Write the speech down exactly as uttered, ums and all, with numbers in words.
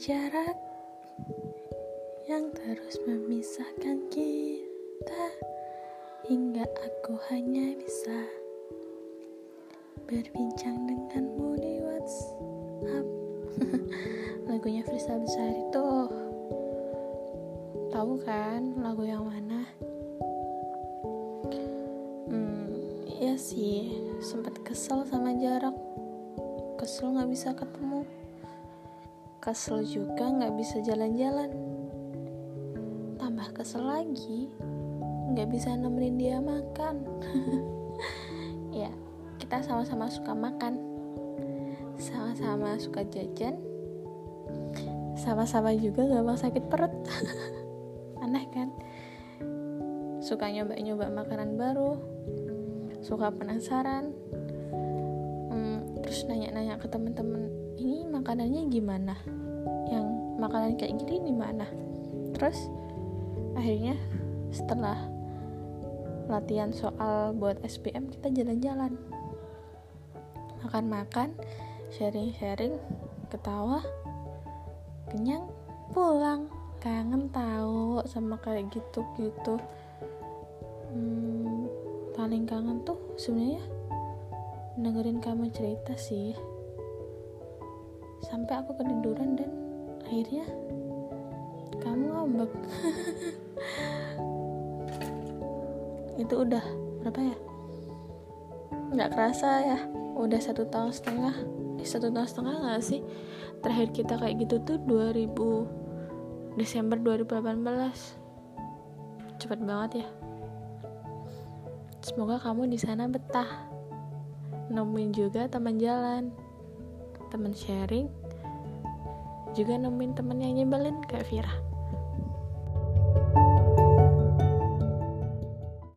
Jarak yang terus memisahkan kita, hingga aku hanya bisa berbincang denganmu di WhatsApp. Lagunya Firsa Besari tuh, tahu kan lagu yang mana? Hmm, iya sih, sempat kesel sama jarak, kesel nggak bisa ketemu, kesel juga nggak bisa jalan-jalan, tambah kesel lagi nggak bisa nemenin dia makan. Ya, kita sama-sama suka makan, sama-sama suka jajan, sama-sama juga gampang sakit perut. Aneh kan? Suka nyoba-nyoba makanan baru, suka penasaran, hmm, terus nanya-nanya ke teman-teman, ini makanannya gimana, yang makanan kayak gini di mana. Terus akhirnya setelah latihan soal buat S B M, kita jalan-jalan, makan-makan, sharing-sharing, ketawa, kenyang, pulang. Kangen tahu sama kayak gitu-gitu. Hmm, paling kangen tuh sebenarnya dengerin kamu cerita sih, sampai aku ketiduran dan akhirnya kamu ngambek. Itu udah berapa ya? Nggak kerasa ya, udah satu tahun setengah. Eh, satu tahun setengah nggak sih? Terakhir kita kayak gitu tuh dua ribu Desember dua ribu delapan belas. Cepet banget ya. Semoga kamu di sana betah, nemuin juga teman jalan, teman sharing, juga nemuin teman yang nyebelin kayak Vira.